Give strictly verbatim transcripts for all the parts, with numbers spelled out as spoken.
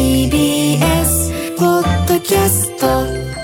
ービーエス ポッドキャスト。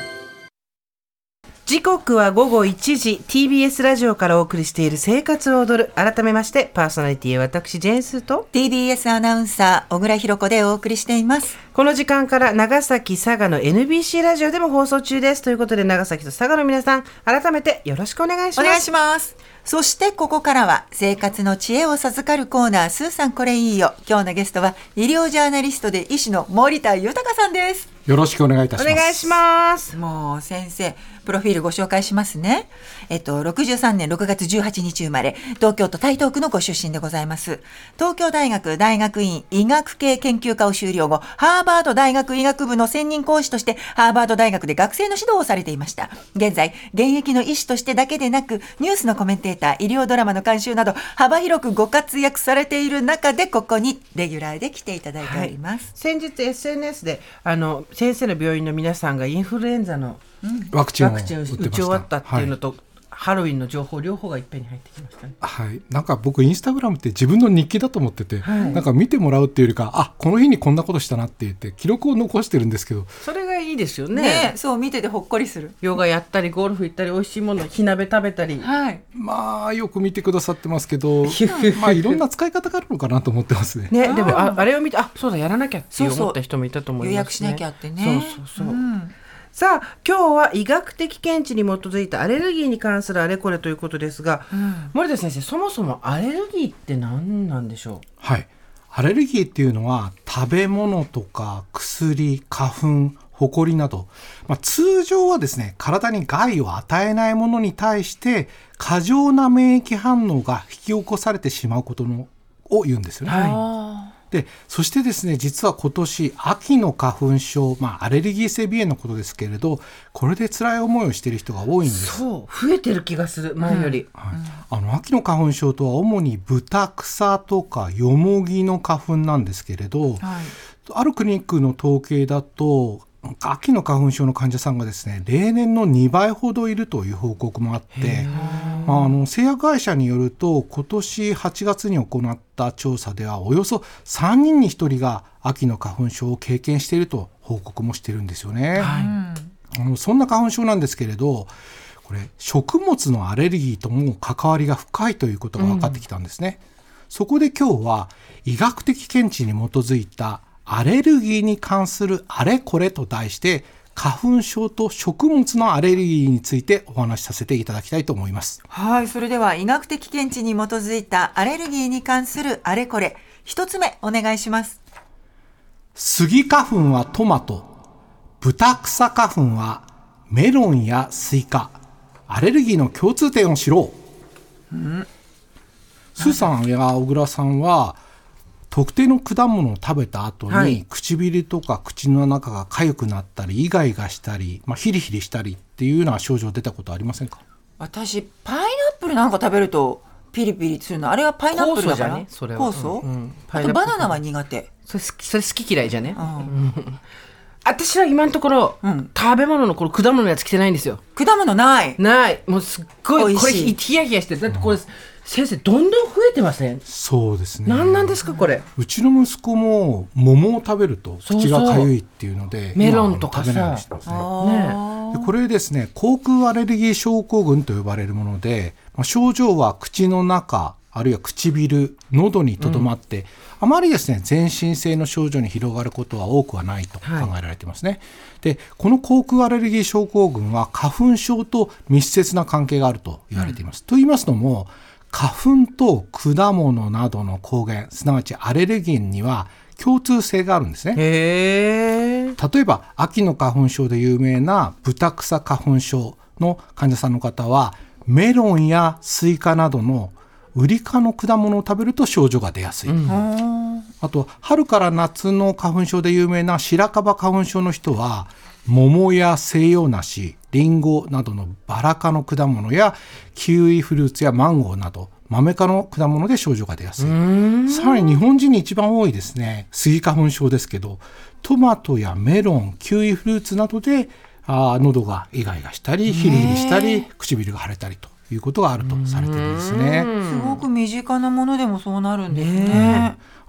時刻はごごいちじ、 ティービーエス ラジオからお送りしている生活を踊る。改めましてパーソナリティは私ジェーンスーとティービーエス アナウンサー小倉弘子でお送りしています。 この時間から長崎佐賀の エヌビーシー ラジオでも放送中です。ということで長崎と佐賀の皆さん、改めてよろしくお願いします。 お願いします。そしてここからは生活の知恵を授かるコーナー、スーさんこれいいよ。今日のゲストは医療ジャーナリストで医師の森田豊さんです。 よろしくお願いいたします。 お願いします。 もう先生プロフィールご紹介しますね。えっとろくじゅうさんねんろくがつじゅうはちにち生まれ、東京都台東区のご出身でございます。東京大学大学院医学系研究科を修了後、ハーバード大学医学部の専任講師としてハーバード大学で学生の指導をされていました。現在現役の医師としてだけでなく、ニュースのコメンテーター、医療ドラマの監修など幅広くご活躍されている中で、ここにレギュラーで来ていただいております。はい、 先日 エスエヌエス であの先生の病院の皆さんがインフルエンザのワクチンを打ち終わったっていうのと、はい、ハロウィンの情報両方がいっぺんに入ってきましたね。 はい、なんか僕インスタグラムって自分の日記だと思ってて、はい、なんか見てもらうっていうよりか、あ、この日にこんなことしたなって言って記録を残してるんですけど、 それがいいですよ ね, ね。そう見ててほっこりする。 ヨガやったりゴルフ行ったり美味しいもの火鍋食べたり、 はい、 まあよく見てくださってますけどまあいろんな使い方があるのかなと思ってますね。 ね、でも あ, あれを見て、あ、そうだやらなきゃって思った人もいたと思いますね。 予約しなきゃってね。 そうそうそう、うん。さあ今日は医学的見地に基づいたアレルギーに関するあれこれということですが、うん、森田先生、そもそもアレルギーって何なんでしょう。 はい、アレルギーっていうのは食べ物とか薬、花粉、ほこりなど、まあ、通常はですね、体に害を与えないものに対して過剰な免疫反応が引き起こされてしまうことのを言うんですよね。はい、でそしてですね、実は今年秋の花粉症、まあ、アレルギー性鼻炎のことですけれど、これで辛い思いをしている人が多いんです。 そう、増えてる気がする、前より。 うん、はい、あの秋の花粉症とは主にブタクサとかヨモギの花粉なんですけれど、はい、あるクリニックの統計だと秋の花粉症の患者さんがですね、例年のにばいほどいるという報告もあって、まあ、あの製薬会社によると今年はちがつに行った調査ではおよそさんにんにひとりが秋の花粉症を経験していると報告もしているんですよね。はい、あのそんな花粉症なんですけれど、これ食物のアレルギーとも関わりが深いということが分かってきたんですね。うん、そこで今日は医学的見地に基づいたアレルギーに関するあれこれと題して、花粉症と食物のアレルギーについてお話しさせていただきたいと思います。 はい、それでは医学的見地に基づいたアレルギーに関するあれこれ、一つ目お願いします。 スギ花粉はトマト、ブタクサ花粉はメロンやスイカ、アレルギーの共通点を知ろう。うん、スーさんや小倉さんは特定の果物を食べた後に、はい、唇とか口の中が痒くなったりイガイガしたり、まあ、ヒリヒリしたりっていうような症状出たことありませんか？ 私パイナップルなんか食べるとピリピリするの、あれはパイナップルだから。 酵素じゃね、それは。 酵素、うんうん、あとバナナは苦手。 それ好き、それ好き嫌いじゃね、うん、私は今のところ、うん、食べ物のこの果物のやつ来てないんですよ。 果物ないない、もうすっごいこれヒヤヒヤしてる。だってこれ、うん、先生どんどん増えてません？ そうですね。 何なんですかこれ。 うちの息子も桃を食べると口がかゆいっていうので、そうそう、 メロンとかさ食べないようにしてますね。でこれですね、口腔アレルギー症候群と呼ばれるもので、まあ、症状は口の中あるいは唇、喉にとどまって、うん、あまりですね全身性の症状に広がることは多くはないと考えられていますね。はい、でこの口腔アレルギー症候群は花粉症と密接な関係があると言われています。うん、と言いますのも、花粉と果物などの抗原、すなわちアレルゲンには共通性があるんですね。 へー。 例えば秋の花粉症で有名なブタクサ花粉症の患者さんの方は、メロンやスイカなどのウリ科の果物を食べると症状が出やすい。うん、あと春から夏の花粉症で有名な白樺花粉症の人は、桃や西洋梨、リンゴなどのバラ科の果物やキウイフルーツやマンゴーなど豆科の果物で症状が出やすい。さらに日本人に一番多いですね、スギ花粉症ですけど、トマトやメロン、キウイフルーツなどであ喉がイガイガしたりヒリヒリしたり唇が腫れたりということがあるとされているんですね。 すごく身近なものでもそうなるんですね。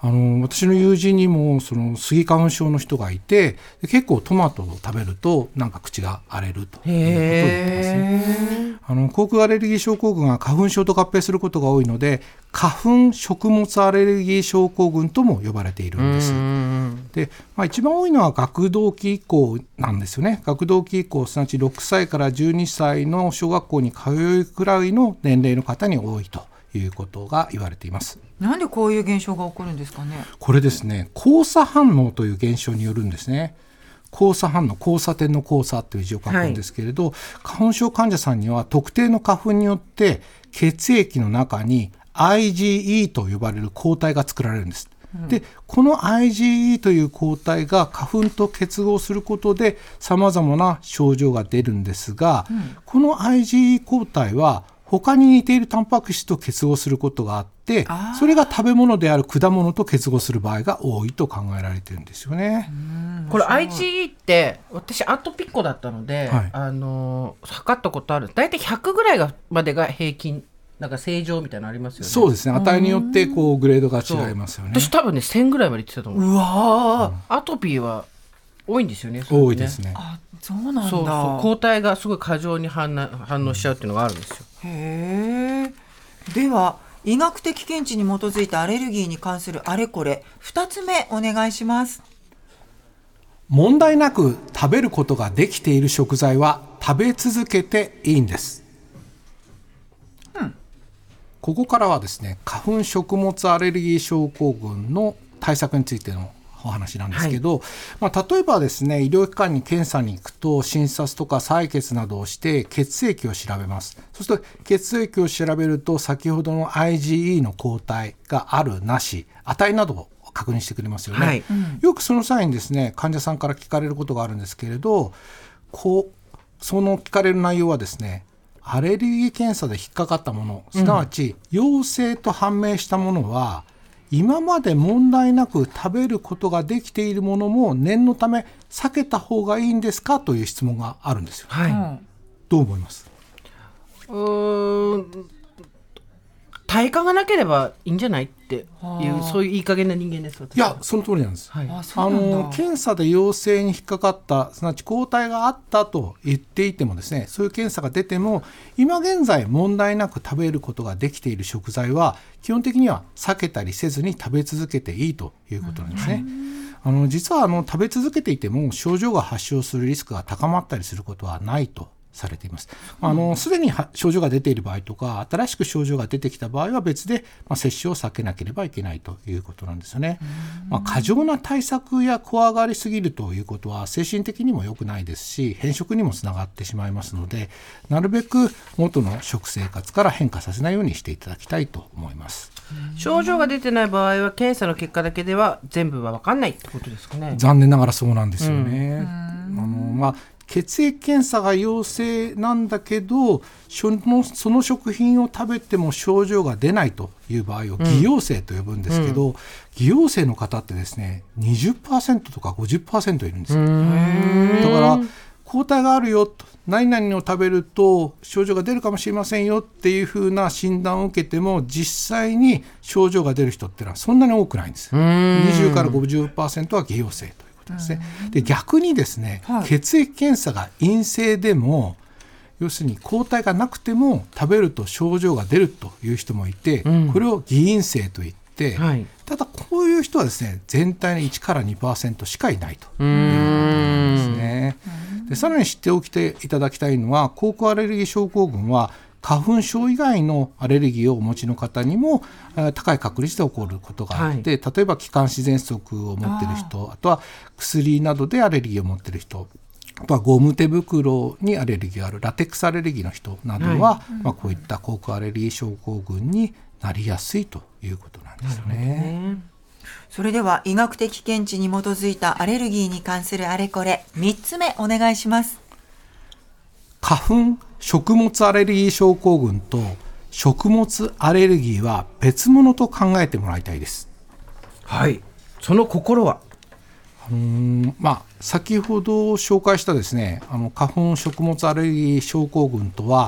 あの私の友人にもそのスギ花粉症の人がいて、結構トマトを食べるとなんか口が荒れるということを言ってますね。あの口腔アレルギー症候群は花粉症と合併することが多いので、花粉食物アレルギー症候群とも呼ばれているんです。で、まあ、一番多いのは学童期以降なんですよね。学童期以降、すなわちろくさいからじゅうにさいの小学校に通うくらいの年齢の方に多いということが言われています。 なんでこういう現象が起こるんですかね。 これですね、交差反応という現象によるんですね。交差反応、交差点の交差という字を書くんですけれど、はい、花粉症患者さんには特定の花粉によって血液の中に アイジーイー と呼ばれる抗体が作られるんです。うん、でこの アイジーイー という抗体が花粉と結合することでさまざまな症状が出るんですが、うん、この アイジーイー 抗体は他に似ているタンパク質と結合することがあって、それが食べ物である果物と結合する場合が多いと考えられているんですよね。 これ アイジーイー って私アトピッコだったので、はい、あの測ったことある。だいたいひゃくぐらいがまでが平均、なんか正常みたいなのありますよね。 そうですね、値によってこうグレードが違いますよね。 私多分ねせんぐらいまでいってたと思う。うわ、うん、アトピーは多いんですよね。ね、 多いですね。 あ、そうなんだ。 そうそう、抗体がすごい過剰に反応、反応しちゃうっていうのがあるんですよ。 へー。では医学的見地に基づいたアレルギーに関するあれこれふたつめお願いします。 問題なく食べることができている食材は食べ続けていいんです。うん、ここからはですね、花粉食物アレルギー症候群の対策についてのお話なんですけど、はい、まあ、例えばですね、医療機関に検査に行くと診察とか採血などをして血液を調べます。そうすると血液を調べると先ほどの アイジーイー の抗体があるなし値などを確認してくれますよね。はい、うん、よくその際にですね、患者さんから聞かれることがあるんですけれど、こうその聞かれる内容はですね、アレルギー検査で引っかかったもの、すなわち陽性と判明したものは、うん、今まで問題なく食べることができているものも念のため避けた方がいいんですかという質問があるんですよ。はい、どう思います？ うーん、体感がなければいいんじゃないっていう、そういういい加減な人間です。 いや、その通りなんです。はい、ああの検査で陽性に引っかかった、すなわち抗体があったと言っていてもですね、そういう検査が出ても今現在問題なく食べることができている食材は基本的には避けたりせずに食べ続けていいということなんですね。うん、あの実はあの食べ続けていても症状が発症するリスクが高まったりすることはないとされています。あのすでに症状が出ている場合とか新しく症状が出てきた場合は別で、まあ、接種を避けなければいけないということなんですよね。まあ、過剰な対策や怖がりすぎるということは精神的にも良くないですし、変色にもつながってしまいますので、なるべく元の食生活から変化させないようにしていただきたいと思います。 症状が出てない場合は検査の結果だけでは全部は分かんないってことですかね。 残念ながらそうなんですよね。うん、あのまあ血液検査が陽性なんだけどその、その食品を食べても症状が出ないという場合を偽陽性と呼ぶんですけど、うん、偽陽性の方ってですね にじゅっパーセント とか ごじゅっパーセント いるんですよ。だから抗体があるよと、何々を食べると症状が出るかもしれませんよっていう風な診断を受けても実際に症状が出る人ってのはそんなに多くないんです。にじゅうから ごじゅっパーセント は偽陽性とですね。で逆にですね、はい、血液検査が陰性でも要するに抗体がなくても食べると症状が出るという人もいて、うん、これを偽陰性といって、はい、ただこういう人はですね全体のいちからにパーセントしかいないということなんですね。でさらに知っておきていただきたいのは、口腔アレルギー症候群は花粉症以外のアレルギーをお持ちの方にも高い確率で起こることがあって、はい、例えば気管支喘息を持っている人、 あ, あとは薬などでアレルギーを持っている人、あとはゴム手袋にアレルギーがあるラテックスアレルギーの人などは、はい、まあ、こういった口腔アレルギー症候群になりやすいということなんですよね。 それでは医学的見地に基づいたアレルギーに関するあれこれみっつめお願いします。 花粉食物アレルギー症候群と食物アレルギーは別物と考えてもらいたいです。 はい、その心はうーん、まあ、先ほど紹介したですね、あの花粉食物アレルギー症候群とは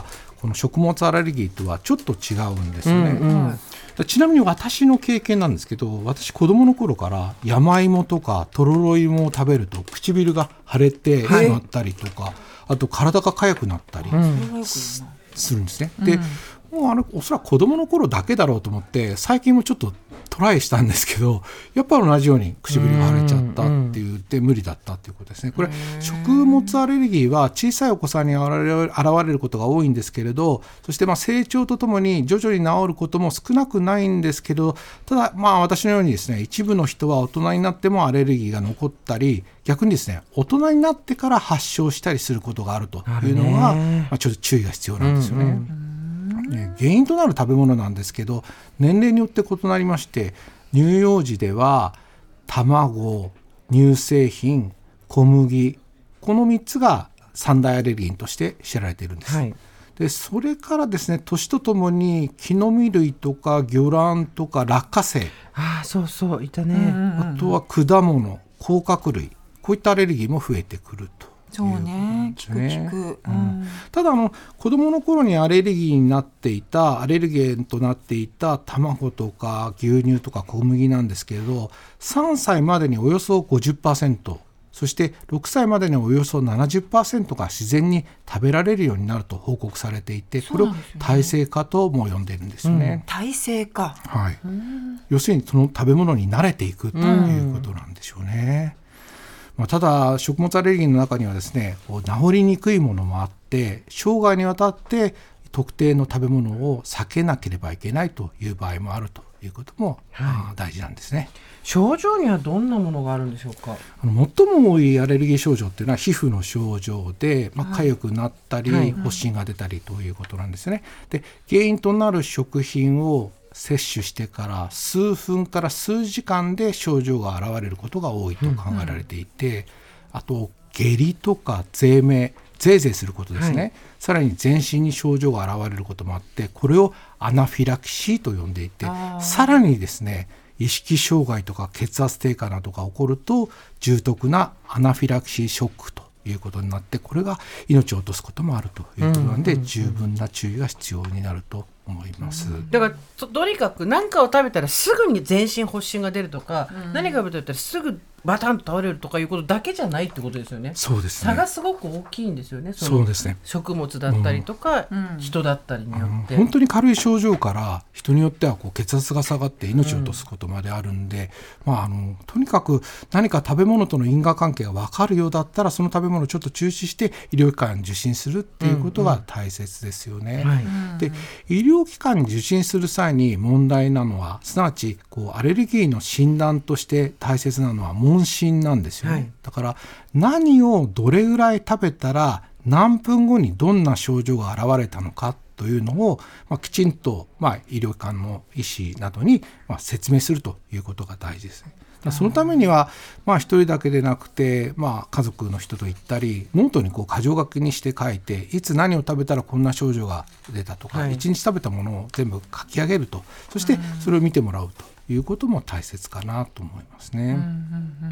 この食物アレルギーとはちょっと違うんですよね、 うんうんちなみに私の経験なんですけど、私子供の頃から山芋とかとろろ芋を食べると唇が腫れてしまったりとか、あと体が痒くなったりするんですね、でもうあれおそらく子供の頃だけだろうと思って最近もちょっとトライしたんですけど、やっぱ同じように唇が腫れちゃったって言って無理だったっていうことですね。これ食物アレルギーは小さいお子さんに現れる、現れることが多いんですけれど、そしてまあ成長とともに徐々に治ることも少なくないんですけど、ただまあ私のようにですね、一部の人は大人になってもアレルギーが残ったり、逆にですね大人になってから発症したりすることがあるというのが、まあ、ちょっと注意が必要なんですよね。うんうん原因となる食べ物なんですけど、年齢によって異なりまして、乳幼児では卵、乳製品、小麦、このみっつが三大アレルギーとして知られているんです、はい、でそれからですね、年とともに木の実類とか魚卵とか落花生、 あそうそういたね、 あとは果物、甲殻類、こういったアレルギーも増えてくると。 そうね、聞く聞く、 うん、ただあの子どもの頃にアレルギーになっていたアレルゲンとなっていた卵とか牛乳とか小麦なんですけれど、さんさいまでにおよそ ごじゅっパーセント、 そしてろくさいまでにおよそ ななじゅっパーセント が自然に食べられるようになると報告されていて、これを耐性化とも呼んでいるんですよね、うん、 耐性化、 はい、要するにその食べ物に慣れていくということなんでしょうね、まあ、ただ食物アレルギーの中にはですね、こう治りにくいものもあって、生涯にわたって特定の食べ物を避けなければいけないという場合もあるということも、はい、大事なんですね。 症状にはどんなものがあるんでしょうか。 あの最も多いアレルギー症状というのは皮膚の症状で、まあ、痒くなったり、はい、発疹が出たりということなんですね。で原因となる食品を摂取してから数分から数時間で症状が現れることが多いと考えられていて、うんうん、あと下痢とかぜいめい、ぜいぜいすることですね、はい、さらに全身に症状が現れることもあって、これをアナフィラキシーと呼んでいて、さらにですね意識障害とか血圧低下などが起こると重篤なアナフィラキシーショックということになって、これが命を落とすこともあるということなので、うんうんうん、十分な注意が必要になると思います。 だから と, とにかく何かを食べたらすぐに全身発疹が出るとか、うん、何かを食べたらすぐバタンと倒れるとかいうことだけじゃないってことですよね。 そうですね。 差がすごく大きいんですよね。そのそうですね。 食物だったりとか、うん、人だったりによって、 うん、本当に軽い症状から人によってはこう血圧が下がって命を落とすことまであるんで、うんまあ、あのとにかく何か食べ物との因果関係が分かるようだったら、その食べ物をちょっと注視して医療機関に受診するっていうことが大切ですよね、うんうんはい、で医療機関に受診する際に問題なのは、すなわちこうアレルギーの診断として大切なのは問診なんですよね、はい、だから何をどれぐらい食べたら何分後にどんな症状が現れたのかというのを、まあ、きちんと、まあ、医療機関の医師などに、まあ、説明するということが大事ですね。そのためには、まあ、一人だけでなくて、まあ、家族の人と行ったり、ノートにこう箇条書きにして書いて、いつ何を食べたらこんな症状が出たとか、はい、一日食べたものを全部書き上げると、そしてそれを見てもらうということも大切かなと思いますね、うんうんうん、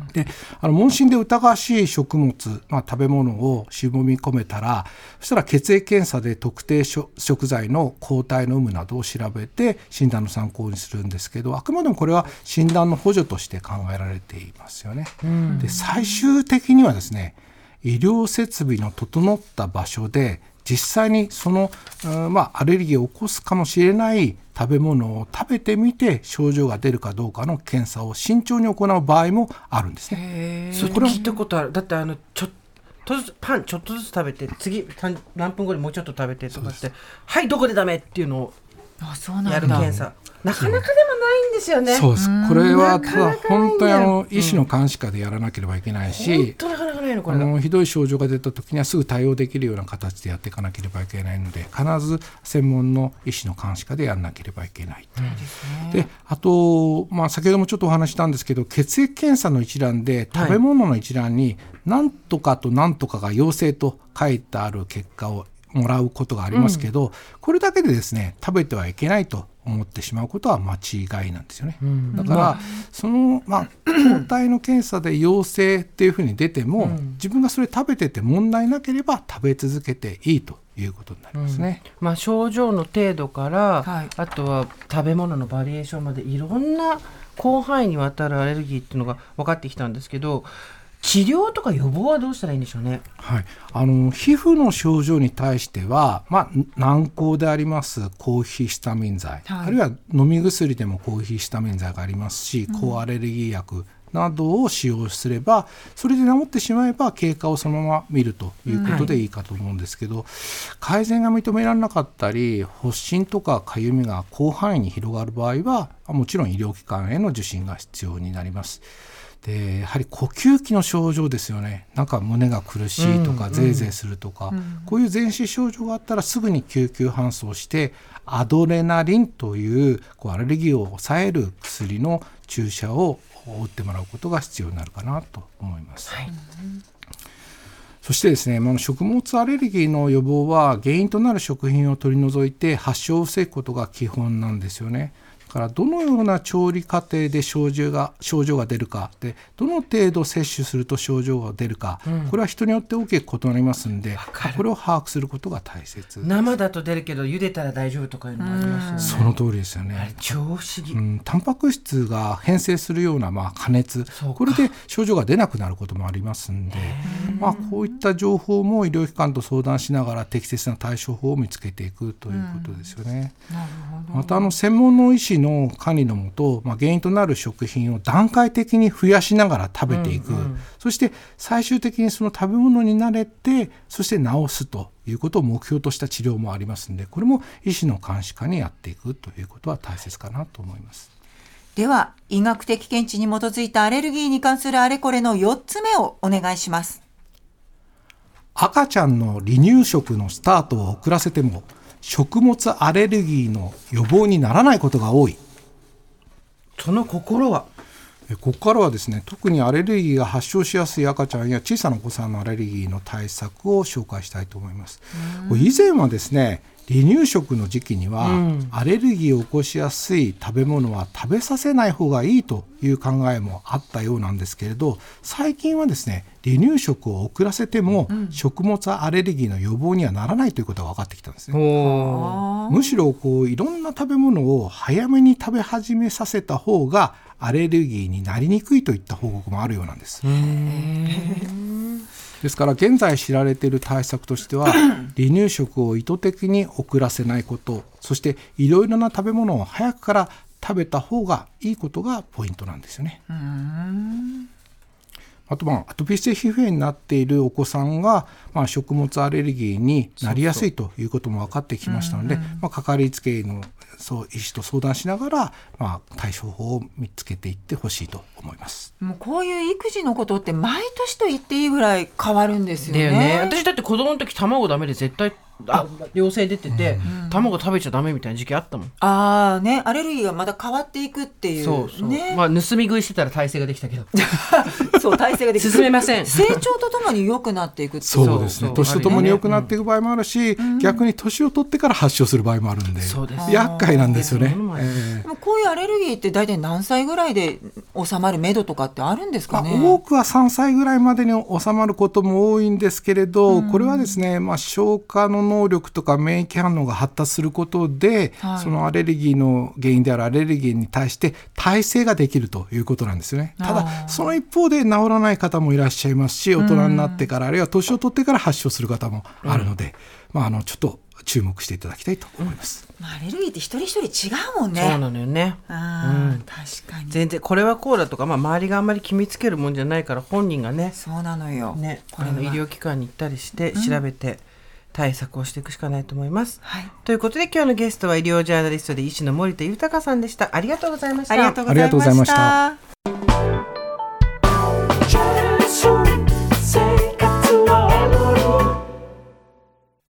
であの問診で疑わしい食物、まあ、食べ物を絞み込めたら、そしたら血液検査で特定食材の抗体の有無などを調べて診断の参考にするんですけど、あくまでもこれは診断の補助として考えられていますよね、うん、で最終的にはですね、医療設備の整った場所で実際にその、うんまあ、アレルギーを起こすかもしれない食べ物を食べてみて症状が出るかどうかの検査を慎重に行う場合もあるんですね。 へー、それ聞いたことある。だってあのちょっとずつパンちょっとずつ食べて、次何分後にもうちょっと食べてとかって、はいどこでダメっていうのをやる検査、なかなかでもないんですよね。 そうです。これはただ本当にあの医師の監視下でやらなければいけないし、 本当なかなかないのこれ。 あのひどい症状が出た時にはすぐ対応できるような形でやっていかなければいけないので、必ず専門の医師の監視下でやらなければいけない、うん、であと、まあ、先ほどもちょっとお話したんですけど、血液検査の一覧で食べ物の一覧に何とかと何とかが陽性と書いてある結果をもらうことがありますけど、うん、これだけでですね食べてはいけないと思ってしまうことは間違いなんですよね、うん、だから、うん、その、まあ、抗体の検査で陽性っていうふうに出ても、うん、自分がそれ食べてて問題なければ食べ続けていいということになりますね、 うんまあ、症状の程度から、はい、あとは食べ物のバリエーションまでいろんな広範囲にわたるアレルギーっていうのが分かってきたんですけど、治療とか予防はどうしたらいいんでしょうね。 はい、あの皮膚の症状に対しては、まあ、軟膏であります抗ヒスタミン剤、はい、あるいは飲み薬でも抗ヒスタミン剤がありますし、うん、抗アレルギー薬などを使用すればそれで治ってしまえば経過をそのまま見るということでいいかと思うんですけど、うんはい、改善が認められなかったり発疹とかかゆみが広範囲に広がる場合はもちろん医療機関への受診が必要になります。でやはり呼吸器の症状ですよね。なんか胸が苦しいとか、うん、ゼーゼーするとか、うん、こういう全身症状があったらすぐに救急搬送してアドレナリンという、こうアレルギーを抑える薬の注射を打ってもらうことが必要になるかなと思います、はい、そしてですね、まあ、食物アレルギーの予防は原因となる食品を取り除いて発症を防ぐことが基本なんですよね。だからどのような調理過程で症状が、症状が出るかで、どの程度摂取すると症状が出るか、うん、これは人によって大きく異なりますので、これを把握することが大切です。 生だと出るけど茹でたら大丈夫とかいうのもありますよね。 その通りですよね。 あれ超不思議、 うん、タンパク質が変性するような、まあ、加熱、これで症状が出なくなることもありますので、まあ、こういった情報も医療機関と相談しながら適切な対処法を見つけていくということですよね、うん、なるほど。またあの専門の医師の管理のもと、まあ、原因となる食品を段階的に増やしながら食べていく、うんうん、そして最終的にその食べ物に慣れてそして治すということを目標とした治療もありますので、これも医師の監視下にやっていくということは大切かなと思います。 では医学的見地に基づいたアレルギーに関するあれこれのよっつめをお願いします。 赤ちゃんの離乳食のスタートを遅らせても食物アレルギーの予防にならないことが多い。 その心は？ ここからはですね、特にアレルギーが発症しやすい赤ちゃんや小さなお子さんのアレルギーの対策を紹介したいと思います。以前はですね、離乳食の時期には、うん、アレルギーを起こしやすい食べ物は食べさせない方がいいという考えもあったようなんですけれど、最近はですね、離乳食を遅らせても、うん、食物アレルギーの予防にはならないということが分かってきたんですね。むしろこういろんな食べ物を早めに食べ始めさせた方がアレルギーになりにくいといった報告もあるようなんです。ですから現在知られている対策としては離乳食を意図的に遅らせないこと、そしていろいろな食べ物を早くから食べた方がいいことがポイントなんですよね。うーんあと、まあ、アトピー性皮膚炎になっているお子さんが、まあ、食物アレルギーになりやすいということも分かってきましたので、そうそう、まあ、かかりつけ医のそう医師と相談しながら、まあ、対処法を見つけていってほしいと思います。 もうこういう育児のことって毎年と言っていいぐらい変わるんですよ ね, ね私だって子供の時卵ダメで絶対あ陽性出てて、うん、卵食べちゃダメみたいな時期あったもん。 ああね、アレルギーがまた変わっていくっていう。 そうそう、ね、まあ、盗み食いしてたら耐性ができたけどそう耐性ができた進めません。 成長とともに良くなっていくってそうですね、年とともに良くなっていく場合もあるし、うん、逆に年を取ってから発症する場合もあるんで、そうです、厄介なんですよね。 えー、でもこういうアレルギーって大体何歳ぐらいで収まる目処とかってあるんですかね。 まあ、多くはさんさいぐらいまでに収まることも多いんですけれど、うん、これはですね、まあ、消化の能力とか免疫反応が発達することで、はい、そのアレルギーの原因であるアレルギーに対して耐性ができるということなんですよね。ただその一方で治らない方もいらっしゃいますし、大人になってから、うん、あるいは年を取ってから発症する方もあるので、うん、まあ、あのちょっと注目していただきたいと思います。 うん、アレルギーって一人一人違うもんね。 そうなのよね。 あ、うん、確かに全然これはこうだとか、まあ、周りがあんまり決めつけるもんじゃないから本人がね、 そうなのよ、 ね、これの医療機関に行ったりして調べて、うん、対策をしていくしかないと思います、はい、ということで今日のゲストは医療ジャーナリストで医師の森田豊さんでした。ありがとうございました。 ありがとうございました。